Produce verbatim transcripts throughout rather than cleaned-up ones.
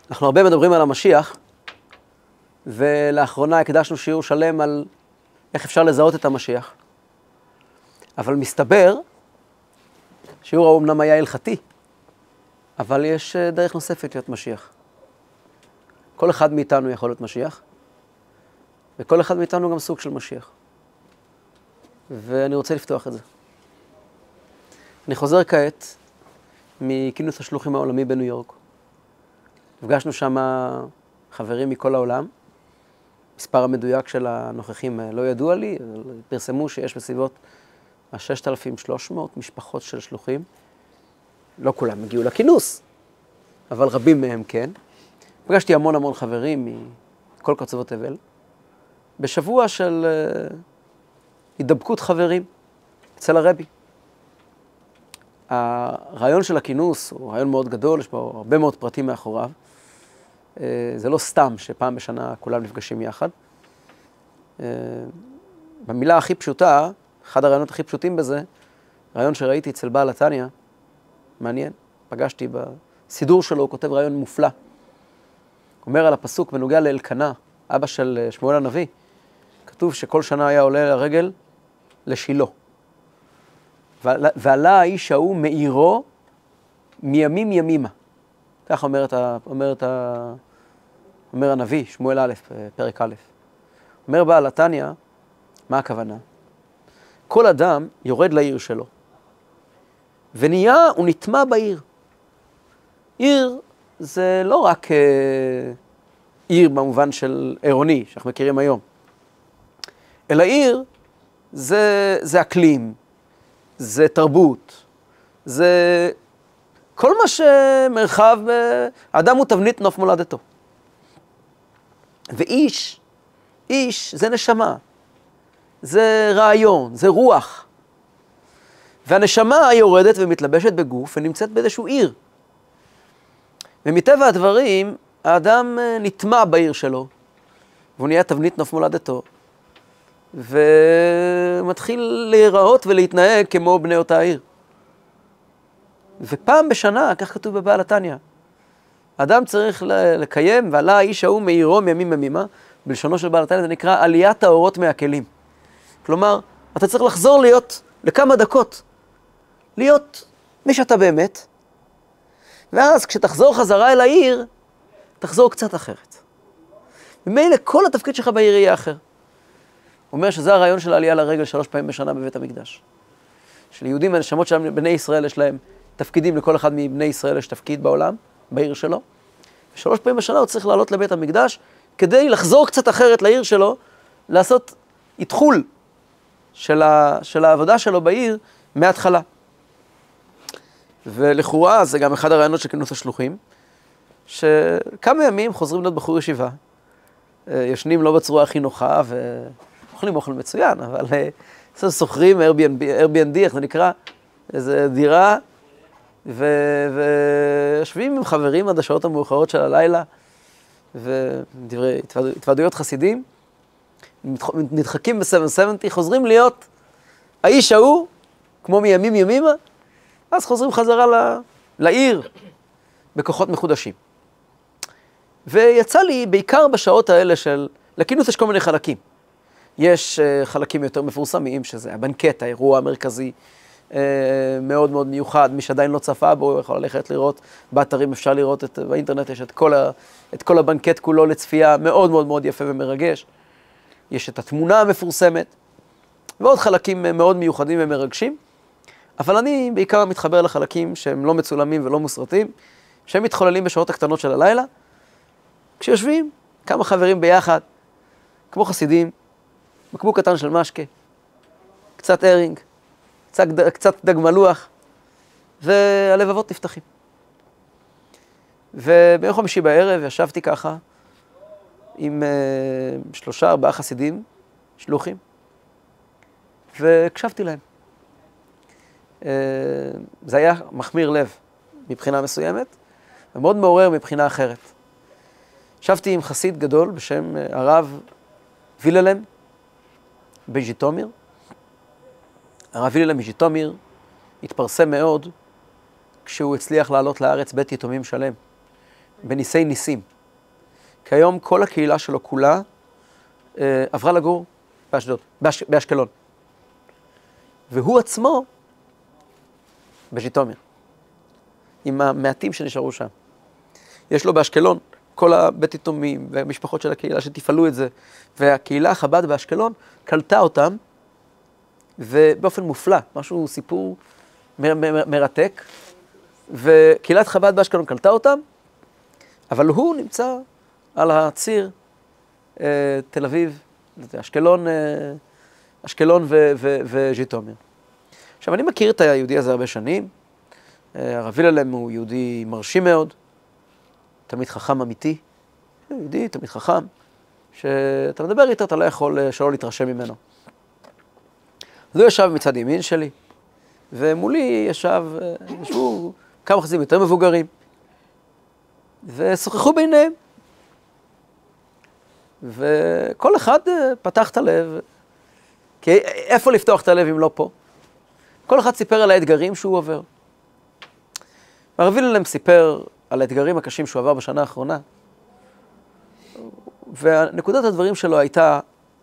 אנחנו הרבה מדברים על המשיח, ולאחרונה הקדשנו שיעור שלם על איך אפשר לזהות את המשיח. אבל מסתבר, שיעור האומנם היה הלכתי, אבל יש דרך נוספת להיות משיח. כל אחד מאיתנו יכול להיות משיח, וכל אחד מאיתנו גם סוג של משיח. ואני רוצה לפתוח את זה. אני חוזר כעת מכינוס השלוחים העולמי בניו יורק. נפגשנו שם חברים מכל העולם. מספר המדויק של הנוכחים לא ידוע לי, פרסמו שיש בסביבות ה-ששת אלפים ושלוש מאות משפחות של שלוחים. לא כולם הגיעו לכינוס, אבל רבים מהם כן. פגשתי המון המון חברים מכל קצוות תבל. בשבוע של uh, הידבקות חברים אצל הרבי. הרעיון של הכינוס הוא רעיון מאוד גדול, יש בו הרבה מאוד פרטים מאחוריו. Uh, זה לא סתם שפעם בשנה כולם נפגשים יחד. Uh, במילה הכי פשוטה, אחד הרעיונות הכי פשוטים בזה, רעיון שראיתי אצל בעל התניא, מעניין, פגשתי בסידור שלו, הוא כותב רעיון מופלא. הוא אומר על הפסוק בנוגע לאלקנה, אבא של שמואל הנביא, כתוב שכל שנה היה עולה לרגל לשילה. ועלה האיש ההוא מעירו מימים ימימה. כך אומרת, אומרת, אומר הנביא, שמואל א', פרק א'. אומר בעל התניא, מה הכוונה? כל אדם יורד לעיר שלו, ונהיה ונטמע בעיר. עיר זה לא רק אה, עיר במובן של עירוני, שאנחנו מכירים היום, אלא עיר זה, זה אקלים, זה תרבות, זה כל מה שמרחב, האדם הוא תבנית נוף מולדתו. ואיש, איש זה נשמה, זה רעיון, זה רוח. והנשמה יורדת ומתלבשת בגוף ונמצאת באיזשהו עיר. ומטבע הדברים, האדם נטמע בעיר שלו, והוא נהיה תבנית נוף מולדתו, ומתחיל להיראות ולהתנהג כמו בני אותה עיר. ופעם בשנה, כך כתוב בבעל התניא, האדם צריך לקיים, ועלה האיש ההוא מעירו מימים ימימה, בלשונו של בעל התניא זה נקרא עליית האורות מהכלים. כלומר, אתה צריך לחזור להיות לכמה דקות, להיות מי שאתה באמת, ואז כשתחזור חזרה אל העיר, תחזור קצת אחרת. ממילא כל התפקיד שלך בעיר יהיה אחר. הוא אומר שזה הרעיון של העלייה לרגל שלוש פעמים בשנה בבית המקדש. שליהודים והנשמות שלהם, בני ישראל, יש להם תפקידים, לכל אחד מבני ישראל יש תפקיד בעולם, בעיר שלו. ושלוש פעמים בשנה הוא צריך לעלות לבית המקדש, כדי לחזור קצת אחרת לעיר שלו, לעשות התחול של, ה, של העבודה שלו בעיר מההתחלה. ולכאורה זה גם אחד הרעיונות של כינוס השלוחים, שכמה ימים חוזרים להיות בחור ישיבה, ישנים לא בצורה הכי נוחה, ואוכלים אוכל מצוין, אבל סוחרים Airbnb, איך זה נקרא, איזו דירה, ויושבים עם חברים עד השעות המאוחרות של הלילה, ודברי התוועדויות חסידים, נדחקים ב-שבע שבעים, חוזרים להיות האיש ההוא, כמו מימים ימימה, אז חוזרים חזרה ל... לעיר בכוחות מחודשים. ויצא לי בעיקר בשעות האלה של... לכינוס יש כל מיני חלקים. יש uh, חלקים יותר מפורסמים, שזה הבנקט, האירוע המרכזי, uh, מאוד מאוד מיוחד, מי שעדיין לא צפה בו, יכול ללכת לראות, באתרים אפשר לראות, את, באינטרנט יש את כל, ה, את כל הבנקט כולו לצפייה, מאוד מאוד מאוד יפה ומרגש. יש את התמונה המפורסמת, ועוד חלקים מאוד מיוחדים ומרגשים. אבל אני בעיקר מתחבר לחלקים שהם לא מצולמים ולא מוסרטים, שהם מתחוללים בשעות הקטנות של הלילה, כשיושבים כמה חברים ביחד, כמו חסידים, בקבוק קטן של משקה, קצת ארינג, קצת, קצת דג מלוח, והלבבות נפתחים. וביום חמישי בערב ישבתי ככה, עם uh, שלושה, ארבעה חסידים, שלוחים, והקשבתי להם. זה היה מחמיר לב מבחינה מסוימת, ומאוד מעורר מבחינה אחרת. ישבתי עם חסיד גדול בשם הרב וילהלם בז'יטומיר. הרב וילהלם בז'יטומיר התפרסם מאוד כשהוא הצליח לעלות לארץ בית יתומים שלם, בניסי ניסים. כי היום כל הקהילה שלו כולה אה, עברה לגור באשדוד, באש, באשקלון. והוא עצמו בז'יטומיר, עם המעטים שנשארו שם. יש לו באשקלון כל הבית יתומים והמשפחות של הקהילה שתפעלו את זה, והקהילה החב"ד באשקלון קלטה אותם, ובאופן מופלא, משהו, סיפור מ- מ- מרתק, וקהילת חב"ד באשקלון קלטה אותם, אבל הוא נמצא על הציר אה, תל אביב, אשקלון, אה, אשקלון ו- ו- וז'יטומיר. עכשיו, אני מכיר את היהודי הזה הרבה שנים, הרב היללם הוא יהודי מרשים מאוד, תמיד חכם אמיתי, יהודי, תמיד חכם, שאתה מדבר איתו, אתה לא יכול שלא להתרשם ממנו. אז הוא ישב מצד ימין שלי, ומולי ישב, ישבו כמה חזים יותר מבוגרים, ושוחחו ביניהם. וכל אחד פתח את הלב, כי איפה לפתוח את הלב אם לא פה? כל אחד סיפר על האתגרים שהוא עובר. הרב היללם סיפר על האתגרים הקשים שהוא עבר בשנה האחרונה, ונקודת הדברים שלו הייתה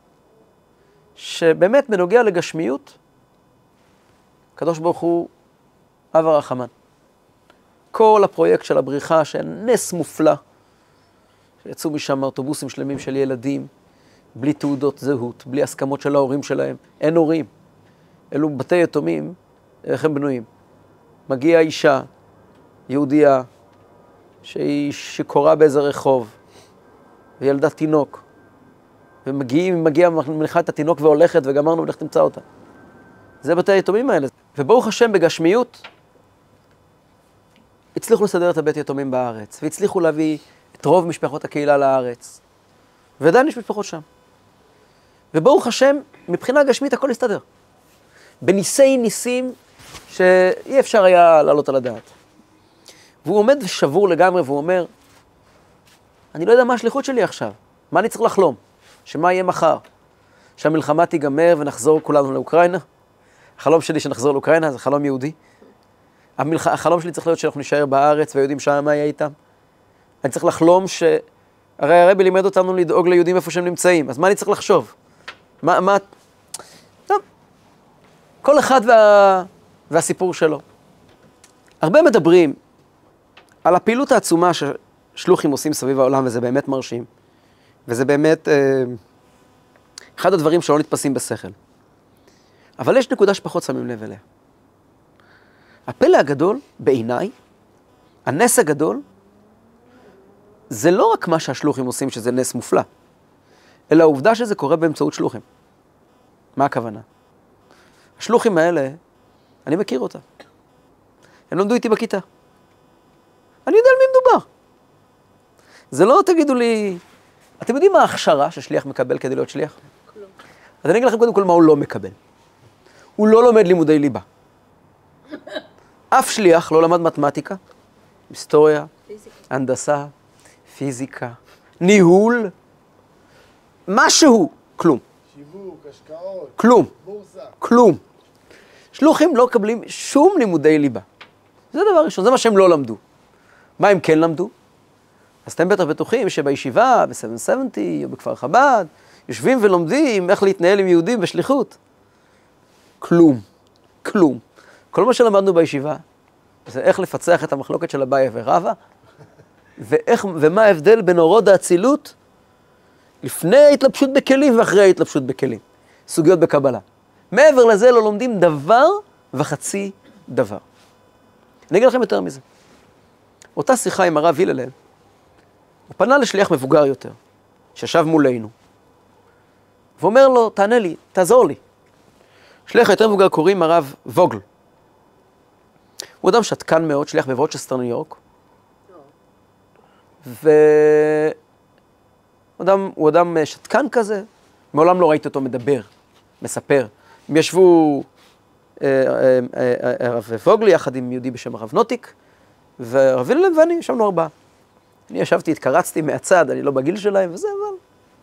שבאמת בנוגע לגשמיות, הקדוש ברוך הוא אב הרחמן. כל הפרויקט של הבריחה, שנס מופלא, שיצאו משם אוטובוסים שלמים של ילדים, בלי תעודות זהות, בלי הסכמות של ההורים שלהם, אין הורים. אלו בתי יתומים, איך הם בנויים. מגיעה אישה, יהודייה, שהיא שקורה באיזה רחוב, וילדה תינוק, ומגיעים, מגיעה, מניחה את התינוק והולכת, וגמרנו, ולך תמצא אותה. זה בתי היתומים האלה. וברוך השם בגשמיות, הצליחו לסדר את הבית יתומים בארץ, והצליחו להביא את רוב משפחות הקהילה לארץ. ועדיין יש משפחות שם. וברוך השם, מבחינה גשמית הכל הסתדר. בניסי ניסים שאי אפשר היה לעלות על הדעת. והוא עומד ושבור לגמרי, והוא אומר, אני לא יודע מה השליחות שלי עכשיו. מה אני צריך לחלום? שמה יהיה מחר? שהמלחמה תיגמר ונחזור כולנו לאוקראינה? החלום שלי שנחזור לאוקראינה זה חלום יהודי. המלח... החלום שלי צריך להיות שאנחנו נשאר בארץ ויודעים שם מה יהיה איתם. אני צריך לחלום ש... הרי הרבי לימד אותנו לדאוג ליהודים איפה שהם נמצאים. אז מה אני צריך לחשוב? מה... מה... טוב. כל אחד וה... והסיפור שלו. הרבה מדברים על הפעילות העצומה ששלוחים עושים סביב העולם, וזה באמת מרשים. וזה באמת אה, אחד הדברים שלא נתפסים בשכל. אבל יש נקודה שפחות שמים לב אליה. הפלא הגדול, בעיניי, הנס הגדול, זה לא רק מה שהשלוחים עושים, שזה נס מופלא, אלא העובדה שזה קורה באמצעות שלוחים. מה הכוונה? השלוחים האלה, אני מכיר אותם. הם למדו איתי בכיתה. אני יודע על מי מדובר. זה לא תגידו לי, אתם יודעים מה ההכשרה ששליח מקבל כדי להיות שליח? כלום. אז אני אגיד לכם קודם כל מה הוא לא מקבל. הוא לא לומד לימודי ליבה. אף שליח לא למד מתמטיקה, היסטוריה, פיזיקה. הנדסה, פיזיקה, ניהול, משהו, כלום. שיווק, השקעות, כלום. בורסה. כלום. שלוחים לא מקבלים שום לימודי ליבה. זה דבר ראשון, זה מה שהם לא למדו. מה הם כן למדו? אז אתם בטח בטוחים שבישיבה, ב-שבע שבעים או בכפר חב"ד, יושבים ולומדים איך להתנהל עם יהודים בשליחות. כלום. כלום. כל מה שלמדנו בישיבה, זה איך לפצח את המחלוקת של אביי ורבא, ואיך, ומה ההבדל בין אורות האצילות לפני ההתלבשות בכלים ואחרי ההתלבשות בכלים. סוגיות בקבלה. מעבר לזה לא לומדים דבר וחצי דבר. אני אגיד לכם יותר מזה. אותה שיחה עם הרב היללם, הוא פנה לשליח מבוגר יותר, שישב מולנו, ואומר לו, תענה לי, תעזור לי. שליח יותר מבוגר קוראים הרב ווגל. הוא אדם שתקן מאוד, שליח בוורצ'סטר ניו יורק. והוא אדם, הוא אדם שתקן כזה, מעולם לא ראיתי אותו מדבר, מספר. הם ישבו הרב ווגל יחד עם יהודי בשם הרב נוטיק, והרב היללם ואני, ישבנו ארבעה. אני ישבתי, התקרצתי מהצד, אני לא בגיל שלהם וזה, אבל...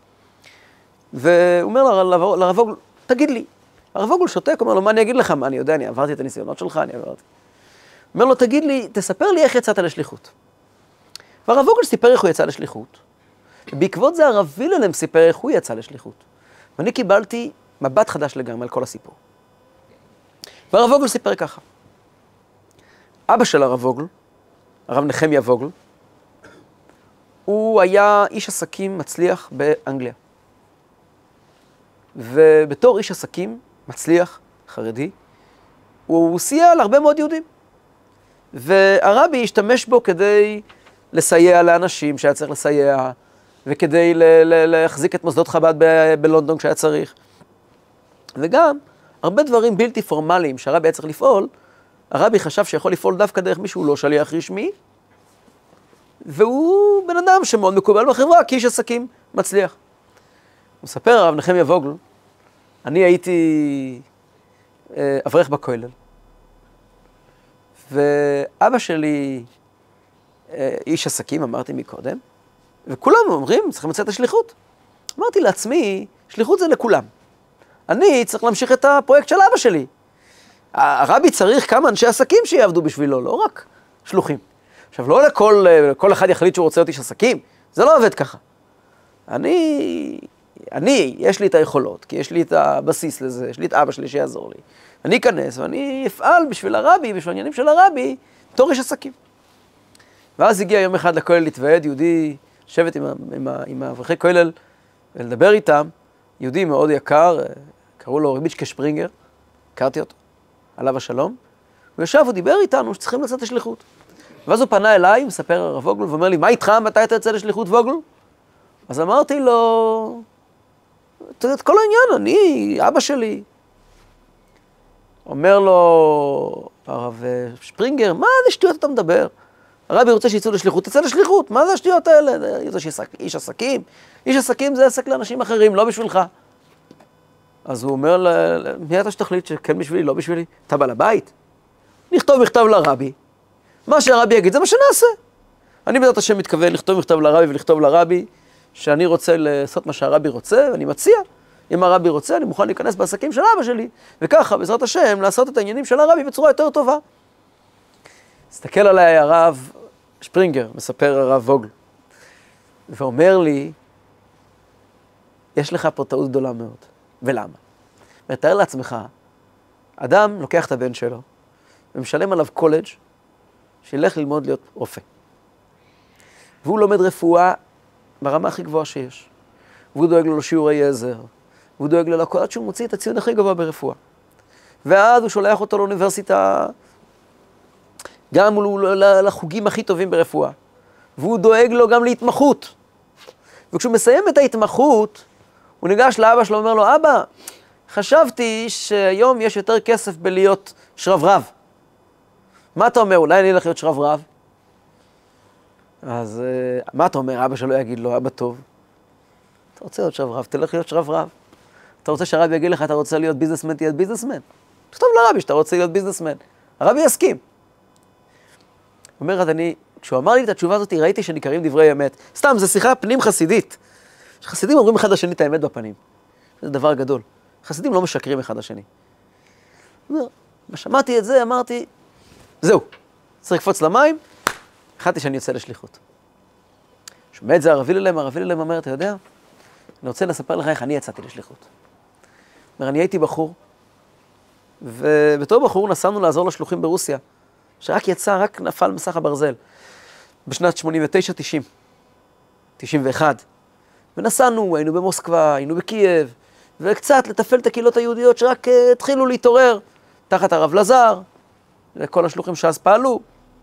והוא אומר לרב ווגל, תגיד לי, הרב ווגל שותק, אומר לו, מה אני אגיד לך? מה אני יודע, אני עברתי את הניסיונות שלך, אני עברתי. אומר לו, תגיד לי, תספר לי איך יצאת לשליחות. והרב ווגל סיפר איך הוא יצא לשליחות. בעקבות זה הרב וילהלם סיפר איך הוא יצא לשליחות. ואני קיבלתי מבט חדש לגמרי על כל הסיפור. והרב ווגל סיפר ככה. אבא של הרב ווגל, הרב נחמיה ווגל, הוא היה איש עסקים מצליח באנגליה. ובתור איש עסקים מצליח, חרדי, הוא סייע להרבה מאוד יהודים. והרבי השתמש בו כדי לסייע לאנשים שהיה צריך לסייע, וכדי ל- ל- להחזיק את מוסדות חב"ד ב- בלונדון כשהיה צריך. וגם הרבה דברים בלתי פורמליים שהרבי היה צריך לפעול, הרבי חשב שיכול לפעול דווקא דרך מישהו לא שליח רשמי, והוא בן אדם שמאוד מקובל בחברה, כאיש עסקים מצליח. הוא מספר, הרב נחמיה ווגל, אני הייתי אה, אברך בכולל, ואבא שלי אה, איש עסקים, אמרתי מקודם, וכולם אומרים, צריכים לצאת השליחות. אמרתי לעצמי, שליחות זה לכולם. אני צריך להמשיך את הפרויקט של אבא שלי. הרבי צריך כמה אנשי עסקים שיעבדו בשבילו, לא רק שלוחים. עכשיו, לא לכל כל אחד יחליט שהוא רוצה להיות איש עסקים, זה לא עובד ככה. אני, אני, יש לי את היכולות, כי יש לי את הבסיס לזה, יש לי את אבא שלי שיעזור לי. אני אכנס ואני אפעל בשביל הרבי, בשביל העניינים של הרבי, בתור איש עסקים. ואז הגיע יום אחד לכולל להתוועד, יהודי, לשבת עם, עם, עם האברכי כולל ולדבר איתם, יהודי מאוד יקר, קראו לו רביצ'קה שפרינגר, הכרתי אותו, עליו השלום. הוא ישב ודיבר איתנו שצריכים לצאת לשליחות. ואז הוא פנה אליי, מספר הרב ווגל, ואומר לי, מה איתך, מתי אתה יוצא לשליחות ווגל? אז אמרתי לו, אתה יודע, את כל העניין, אני, אבא שלי. אומר לו, הרב שפרינגר, מה זה שטויות אתה מדבר? הרבי רוצה שיצאו לשליחות, תצא לשליחות, מה זה השטויות האלה? איש עסקים, איש עסקים זה עסק לאנשים אחרים, לא בשבילך. אז הוא אומר, מי אתה שתחליט שכן בשבילי, לא בשבילי? אתה בעל הבית? נכתוב מכתב לרבי, מה שהרבי יגיד, זה מה שנעשה. אני בעזרת השם מתכוון לכתוב מכתב לרבי ולכתוב לרבי שאני רוצה לעשות מה שהרבי רוצה, ואני מציע, אם הרבי רוצה, אני מוכן להיכנס בעסקים של אבא שלי, וככה, בעזרת השם, לעשות את העניינים של הרבי בצורה יותר טובה. הסתכל עליי הרב שפרינגר, מספר הרב ווגל, ואומר לי, יש לך פה טעות גדולה מאוד. ולמה? מתאר לעצמך, אדם לוקח את הבן שלו, ומשלם עליו קולג' שילך ללמוד להיות רופא. והוא לומד רפואה ברמה הכי גבוהה שיש. והוא דואג לו לשיעורי עזר. והוא דואג לו לכל עד שהוא מוציא את הציון הכי גבוה ברפואה. ואז הוא שולח אותו לאוניברסיטה, גם לחוגים הכי טובים ברפואה. והוא דואג לו גם להתמחות. וכשהוא מסיים את ההתמחות, הוא ניגש לאבא שלו ואומר לו, אבא, חשבתי שהיום יש יותר כסף בלהיות שרברב. מה אתה אומר? אולי אני אלך להיות שרברב? אז מה אתה אומר? אבא שלו יגיד לו, אבא טוב. אתה רוצה להיות שרברב, תלך להיות שרברב. אתה רוצה שהרבי יגיד לך, אתה רוצה להיות ביזנסמן, תהיה ביזנסמן. תכתוב לרבי שאתה רוצה להיות ביזנסמן. הרבי יסכים. הוא אומר, אז אני, כשהוא אמר לי את התשובה הזאת, ראיתי שנקראים דברי אמת. סתם, זו שיחה פנים חסידית. חסידים אומרים אחד לשני את האמת בפנים. זה דבר גדול. חסידים לא משקרים אחד לשני. שמעתי את זה, אמרתי, זהו, צריך לקפוץ למים, החלטתי שאני יוצא לשליחות. שומע את זה הרב וילהלם, הרב וילהלם אומר, אתה יודע, אני רוצה לספר לך איך אני יצאתי לשליחות. אומר, אני הייתי בחור, ובתור בחור נסענו לעזור לשלוחים ברוסיה, שרק יצא, רק נפל מסך הברזל, בשנת שמונים ותשע תשעים, תשעים ואחת. ונסענו, היינו במוסקבה, היינו בקייב, וקצת לטפל את הקהילות היהודיות שרק uh, התחילו להתעורר, תחת הרב לזר, וכל השלוחים שאז פעלו.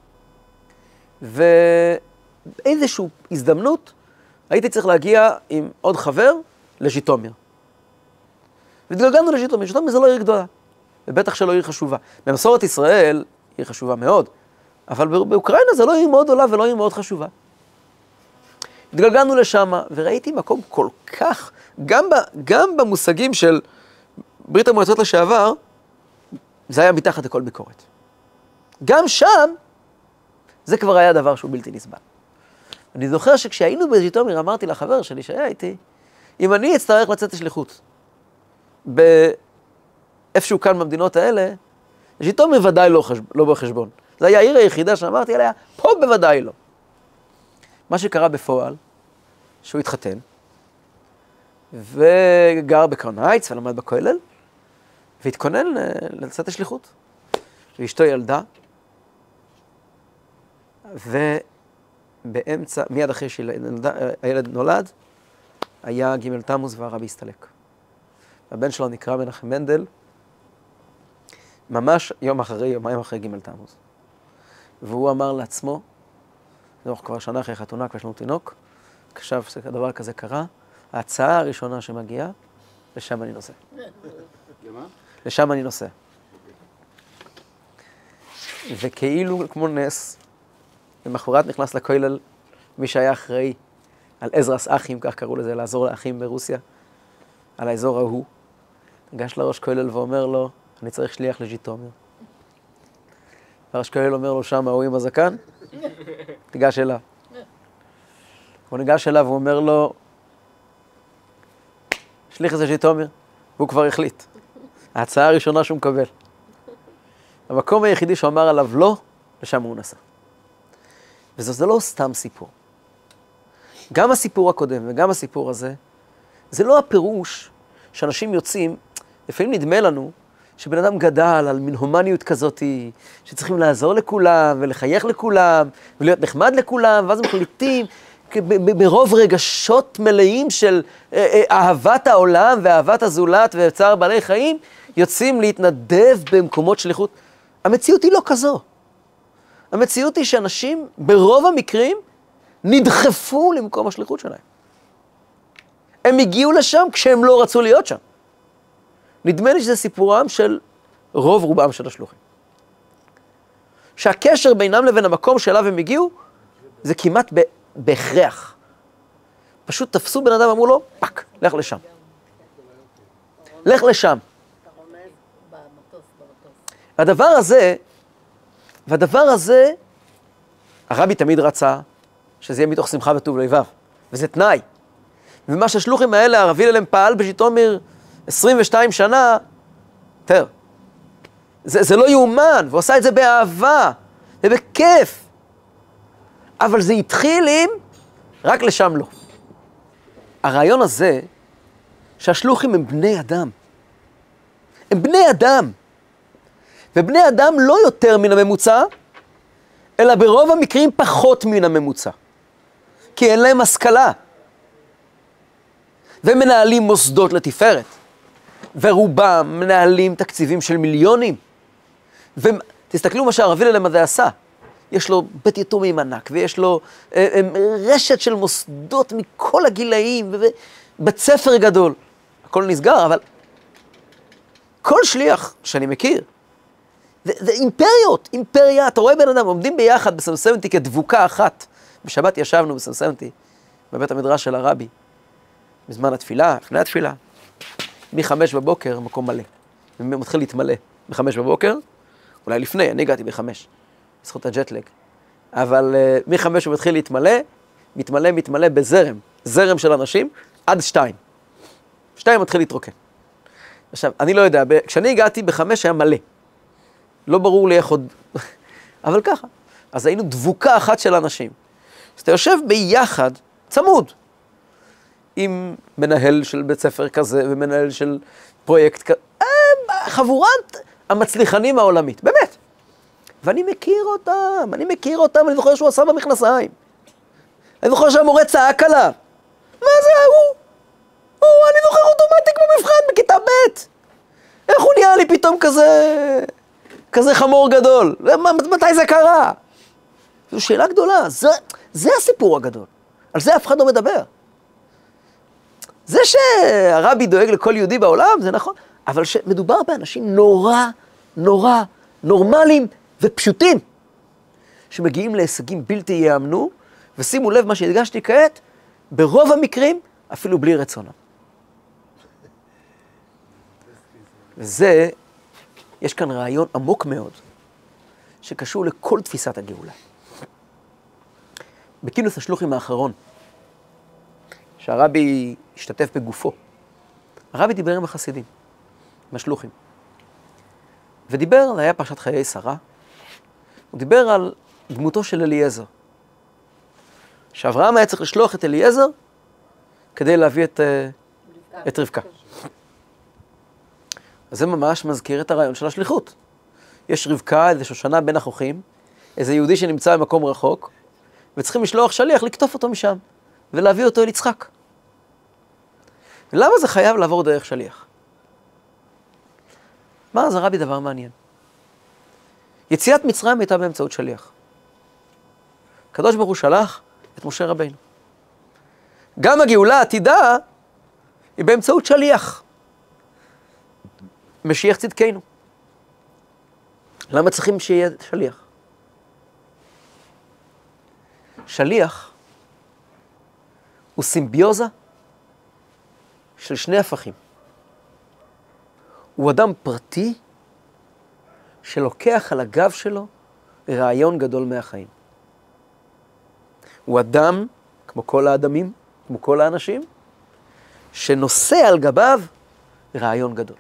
ובאיזושהי הזדמנות, הייתי צריך להגיע עם עוד חבר לז'יטומיר. והתגלגלנו לז'יטומיר, ז'יטומיר זה לא עיר גדולה, ובטח שלא עיר חשובה. במסורת ישראל, עיר חשובה מאוד, אבל באוקראינה זה לא עיר מאוד גדולה ולא עיר מאוד חשובה. התגלגלנו לשם, וראיתי מקום כל כך, גם, ב, גם במושגים של ברית המועצות לשעבר, זה היה מתחת לכל ביקורת. גם שם, זה כבר היה דבר שהוא בלתי נסבל. אני זוכר שכשהיינו בז'יטומיר, אמרתי לחבר שלי שהיה איתי, אם אני אצטרך לצאת לשליחות, באיפשהו כאן במדינות האלה, ז'יטומיר ודאי לא, חשב, לא בחשבון. זה היה העיר היחידה שאמרתי עליה, פה בוודאי לא. מה שקרה בפועל, שהוא התחתן, וגר בקרנייץ ולמד בכולל, והתכונן לצאת לשליחות. ואשתו ילדה, ובאמצע, מיד אחרי שהילד נולד, היה ג' תמוז והרבי הסתלק. הבן שלו נקרא מנחם מנדל, ממש יום אחרי, יומיים אחרי ג' תמוז. והוא אמר לעצמו, זה כבר שנה אחרי חתונה, כבר יש לנו תינוק, עכשיו שדבר כזה קרה, ההצעה הראשונה שמגיעה, לשם אני נוסע. למה? לשם אני נוסע. וכאילו כמו נס, למחרת נכנס לכולל מי שהיה אחראי על עזרס אחים, כך קראו לזה, לעזור לאחים ברוסיה, על האזור ההוא. ניגש לראש כולל ואומר לו, אני צריך שליח לז'יטומיר. והראש כולל אומר לו, שם ההוא עם הזקן, ניגש אליו. הוא ניגש אליו ואומר לו, שליח את ז'יטומיר, והוא כבר החליט. ההצעה הראשונה שהוא מקבל. המקום היחידי שהוא אמר עליו לא, לשם הוא נסע. וזה לא סתם סיפור. גם הסיפור הקודם וגם הסיפור הזה, זה לא הפירוש שאנשים יוצאים, לפעמים נדמה לנו שבן אדם גדל על מין הומניות כזאת, שצריכים לעזור לכולם ולחייך לכולם ולהיות נחמד לכולם, ואז מחליטים ברוב רגשות מלאים של אהבת העולם ואהבת הזולת וצער בעלי חיים, יוצאים להתנדב במקומות שליחות. המציאות היא לא כזו. המציאות היא שאנשים ברוב המקרים נדחפו למקום השליחות שלהם. הם הגיעו לשם כשהם לא רצו להיות שם. נדמה לי שזה סיפורם של רוב רובם של השלוחים. שהקשר בינם לבין המקום שאליו הם הגיעו, זה כמעט בהכרח. פשוט תפסו בן אדם, אמרו לו, פק, לך לשם. לך לשם. הדבר הזה, והדבר הזה, הרבי תמיד רצה שזה יהיה מתוך שמחה וטוב לבב, וזה תנאי. ומה שהשלוחים האלה, הרבי הללם פעל בז'יטומיר עשרים ושתיים שנה, תר. זה, זה לא יאומן, והוא עשה את זה באהבה, ובכיף. אבל זה התחיל עם, רק לשם לא. הרעיון הזה, שהשלוחים הם בני אדם. הם בני אדם. ובני אדם לא יותר מן הממוצע, אלא ברוב המקרים פחות מן הממוצע. כי אין להם השכלה. ומנהלים מוסדות לתפארת. ורובם מנהלים תקציבים של מיליונים. ותסתכלו מה שהרבי הללם הזה עשה. יש לו בית יתומים ענק, ויש לו אה, אה, רשת של מוסדות מכל הגילאים, ובית ספר גדול. הכל נסגר, אבל כל שליח שאני מכיר, זה, זה אימפריות, אימפריה. אתה רואה בן אדם, עומדים ביחד בסמסמתי כדבוקה אחת. בשבת ישבנו בסמסמתי, בבית המדרש של הרבי, בזמן התפילה, לפני התפילה. מחמש בבוקר, מקום מלא. ומתחיל להתמלא. בחמש בבוקר, אולי לפני, אני הגעתי בחמש. בזכות הג'טלג. אבל uh, מחמש הוא מתחיל להתמלא, מתמלא, מתמלא בזרם. זרם של אנשים, עד שתיים. שתיים מתחיל להתרוקן. עכשיו, אני לא יודע, כשאני הגעתי בחמש היה מלא. לא ברור לי איך עוד... אבל ככה. אז היינו דבוקה אחת של אנשים. אז אתה יושב ביחד, צמוד, עם מנהל של בית ספר כזה, ומנהל של פרויקט כזה, חבורת המצליחנים העולמית, באמת. ואני מכיר אותם, אני מכיר אותם, אני זוכר שהוא עשה במכנסיים. אני זוכר שהמורה צעק עליו. מה זה הוא? הוא, אני זוכר אוטומטי כמו מבחן בכיתה ב'. איך הוא נהיה לי פתאום כזה, כזה חמור גדול? מתי זה קרה? זו שאלה גדולה, זה, זה הסיפור הגדול. על זה אף אחד לא מדבר. זה שהרבי דואג לכל יהודי בעולם, זה נכון, אבל שמדובר באנשים נורא, נורא, נורמליים ופשוטים, שמגיעים להישגים בלתי ייאמנו, ושימו לב מה שהדגשתי כעת, ברוב המקרים, אפילו בלי רצונם. וזה, יש כאן רעיון עמוק מאוד, שקשור לכל תפיסת הגאולה. בכינוס השלוחים האחרון, שהרבי השתתף בגופו, הרבי דיבר עם החסידים, עם השלוחים. ודיבר, זה היה פרשת חיי שרה, הוא דיבר על דמותו של אליעזר, שאברהם היה צריך לשלוח את אליעזר כדי להביא את, את רבקה. אז זה ממש מזכיר את הרעיון של השליחות. יש רבקה, איזה שושנה בין החוכים, איזה יהודי שנמצא במקום רחוק, וצריכים לשלוח שליח לקטוף אותו משם, ולהביא אותו אל יצחק. ולמה זה חייב לעבור דרך שליח? מה אז הרבי דבר מעניין? יציאת מצרים הייתה באמצעות שליח. הקדוש ברוך הוא שלח את משה רבינו. גם הגאולה העתידה היא באמצעות שליח. משיח צדקנו. למה צריכים שיהיה שליח? שליח הוא סימביוזה של שני הפכים. הוא אדם פרטי שלוקח על הגב שלו רעיון גדול מהחיים. הוא אדם, כמו כל האדמים, כמו כל האנשים, שנושא על גביו רעיון גדול.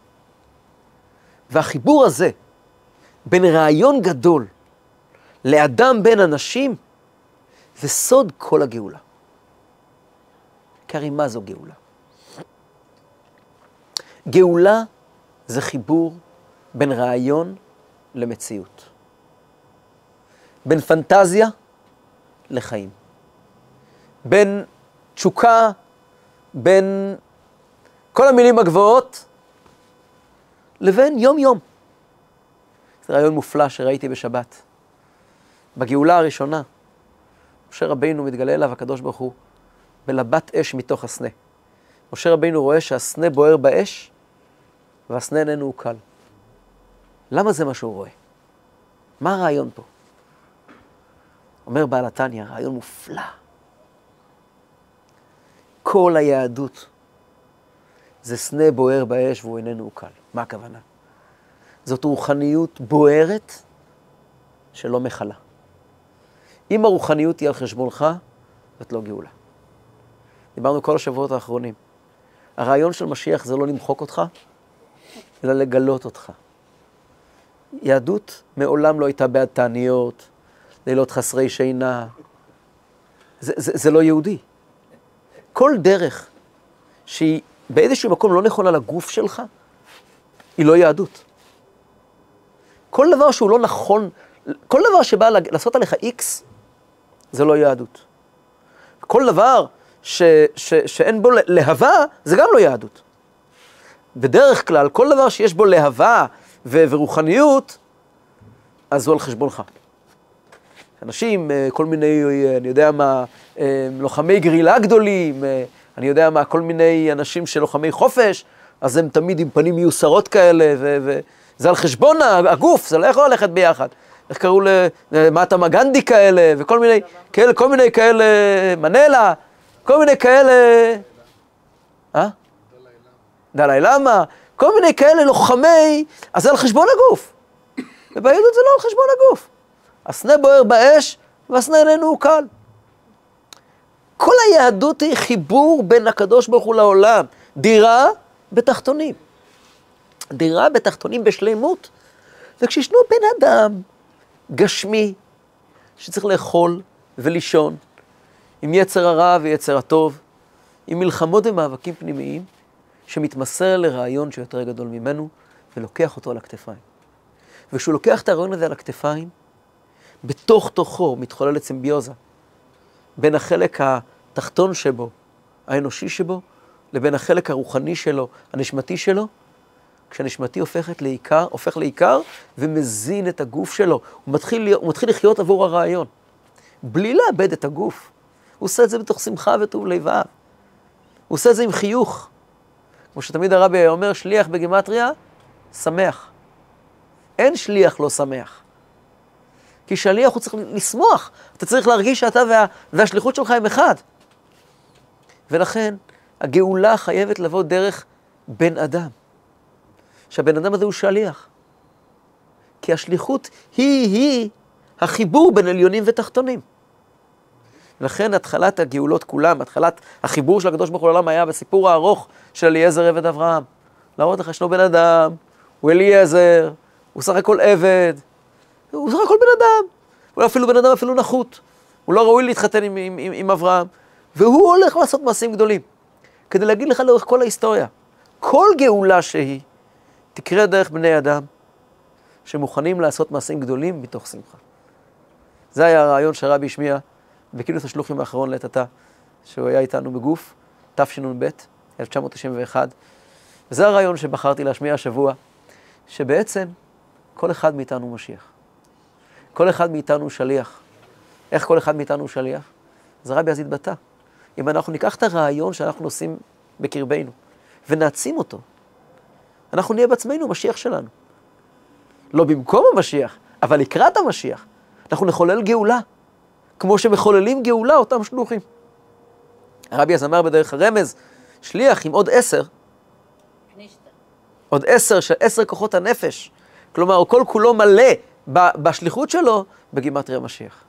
והחיבור הזה בין רעיון גדול לאדם בין אנשים, זה סוד כל הגאולה. כי הרי מה זו גאולה? גאולה זה חיבור בין רעיון למציאות. בין פנטזיה לחיים. בין תשוקה, בין כל המילים הגבוהות, לבין יום יום. זה רעיון מופלא שראיתי בשבת. בגאולה הראשונה, משה רבינו מתגלה אליו הקדוש ברוך הוא בלבת אש מתוך הסנה. משה רבינו רואה שהסנה בוער באש, והסנה איננו הוא קל. למה זה מה שהוא רואה? מה הרעיון פה? אומר בעל התניא, רעיון מופלא. כל היהדות זה סנה בוער באש והוא איננו הוא קל. מה הכוונה? זאת רוחניות בוערת שלא מחלה. אם הרוחניות היא על חשבונך, זאת לא גאולה. דיברנו כל השבועות האחרונים. הרעיון של משיח זה לא למחוק אותך, אלא לגלות אותך. יהדות מעולם לא הייתה בעד תעניות, לילות חסרי שינה. זה, זה, זה לא יהודי. כל דרך שהיא באיזשהו מקום לא נכונה לגוף שלך, היא לא יהדות. כל דבר שהוא לא נכון, כל דבר שבא לעשות עליך איקס, זה לא יהדות. כל דבר ש, ש, שאין בו להבה, זה גם לא יהדות. בדרך כלל, כל דבר שיש בו להבה ו- ורוחניות, אז הוא על חשבונך. אנשים, כל מיני, אני יודע מה, לוחמי גרילה גדולים, אני יודע מה, כל מיני אנשים שלוחמי חופש, אז הם תמיד עם פנים מיוסרות כאלה, ו- וזה על חשבון הגוף, זה לא יכול ללכת ביחד. איך קראו למטה גנדי כאלה, וכל מיני כאלה, כל מיני כאלה, מנלה, כל מיני כאלה, אה? דלי למה, כל מיני כאלה לוחמי, אז זה על חשבון הגוף. וביהדות זה לא על חשבון הגוף. הסנה בוער באש, והסנה איננו הוא קל. כל היהדות היא חיבור בין הקדוש ברוך הוא לעולם. דירה בתחתונים. דירה בתחתונים בשלימות. וכשישנו בן אדם גשמי, שצריך לאכול ולישון, עם יצר הרע ויצר הטוב, עם מלחמות ומאבקים פנימיים, שמתמסר לרעיון שיותר גדול ממנו, ולוקח אותו על הכתפיים. וכשהוא לוקח את הרעיון הזה על הכתפיים, בתוך תוכו מתחוללת סימביוזה, בין החלק התחתון שבו, האנושי שבו, לבין החלק הרוחני שלו, הנשמתי שלו, כשהנשמתי הופכת לעיקר, הופך לעיקר ומזין את הגוף שלו. הוא מתחיל, הוא מתחיל לחיות עבור הרעיון, בלי לאבד את הגוף. הוא עושה את זה בתוך שמחה וטוב לבב. הוא עושה את זה עם חיוך. כמו שתמיד הרבי אומר, שליח בגימטריה, שמח. אין שליח לא שמח. כי שליח הוא צריך לשמוח. אתה צריך להרגיש שאתה וה, והשליחות שלך הם אחד. ולכן, הגאולה חייבת לבוא דרך בן אדם. שהבן אדם הזה הוא שליח. כי השליחות היא-היא החיבור בין עליונים ותחתונים. לכן התחלת הגאולות כולם, התחלת החיבור של הקדוש ברוך הוא לעולם היה בסיפור הארוך של אליעזר עבד אברהם. להראות לך ישנו בן אדם, הוא אליעזר, הוא סך הכל עבד, הוא סך הכל בן אדם. הוא אפילו בן אדם אפילו נחות. הוא לא ראוי להתחתן עם, עם, עם, עם אברהם, והוא הולך לעשות מעשים גדולים. כדי להגיד לך לאורך כל ההיסטוריה, כל גאולה שהיא תקרה דרך בני אדם, שמוכנים לעשות מעשים גדולים מתוך שמחה. זה היה הרעיון שהרבי השמיע בכינוס השלוחים האחרון לעת עתה, שהוא היה איתנו בגוף, תשנ"ב, אלף תשע מאות תשעים ואחת. וזה הרעיון שבחרתי להשמיע השבוע, שבעצם כל אחד מאיתנו משיח. כל אחד מאיתנו שליח. איך כל אחד מאיתנו שליח? אז הרבי אז התבטא. אם אנחנו ניקח את הרעיון שאנחנו עושים בקרבנו, ונעצים אותו, אנחנו נהיה בעצמנו משיח שלנו. לא במקום המשיח, אבל לקראת המשיח. אנחנו נחולל גאולה, כמו שמחוללים גאולה אותם שלוחים. הרבי אז אמר בדרך הרמז, שליח עם עוד עשר, עוד עשר של עשר כוחות הנפש, כלומר, כל כולו מלא בשליחות שלו, בגימטריה משיח.